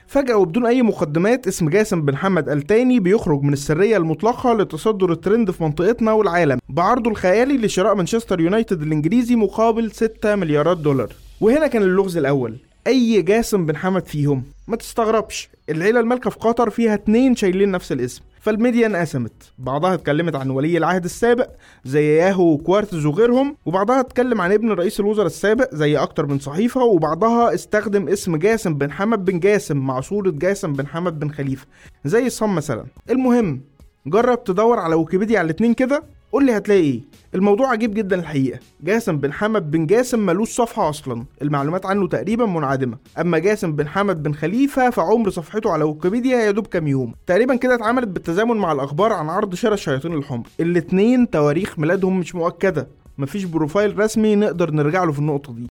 فجأة وبدون أي مقدمات اسم جاسم بن حمد التاني بيخرج من السرية المطلقة لتصدر الترند في منطقتنا والعالم بعرضه الخيالي لشراء مانشستر يونايتد الإنجليزي مقابل 6 مليارات دولار. وهنا كان اللغز الأول، أي جاسم بن حمد فيهم؟ ما تستغربش، العيلة المالكة في قطر فيها 2 شايلين نفس الاسم. فالميديا انقسمت، بعضها اتكلمت عن ولي العهد السابق زي ياهو وكوارتز وغيرهم، وبعضها اتكلم عن ابن رئيس الوزراء السابق زي اكتر من صحيفة، وبعضها استخدم اسم جاسم بن حمد بن جاسم مع صورة جاسم بن حمد بن خليفة زي صم مثلا. المهم جرب تدور على ويكيبيديا على الاتنين كده، قول لي هتلاقي ايه. الموضوع عجيب جدا الحقيقة. جاسم بن حمد بن جاسم ملوش صفحة اصلا، المعلومات عنه تقريبا منعدمة. اما جاسم بن حمد بن خليفة فعمر صفحته على ويكيبيديا يدوب كام يوم تقريبا كده، اتعملت بالتزامن مع الاخبار عن عرض شراء الشياطين الحمر. الاتنين تواريخ ميلادهم مش مؤكدة، مفيش بروفايل رسمي نقدر نرجع له في النقطة دي.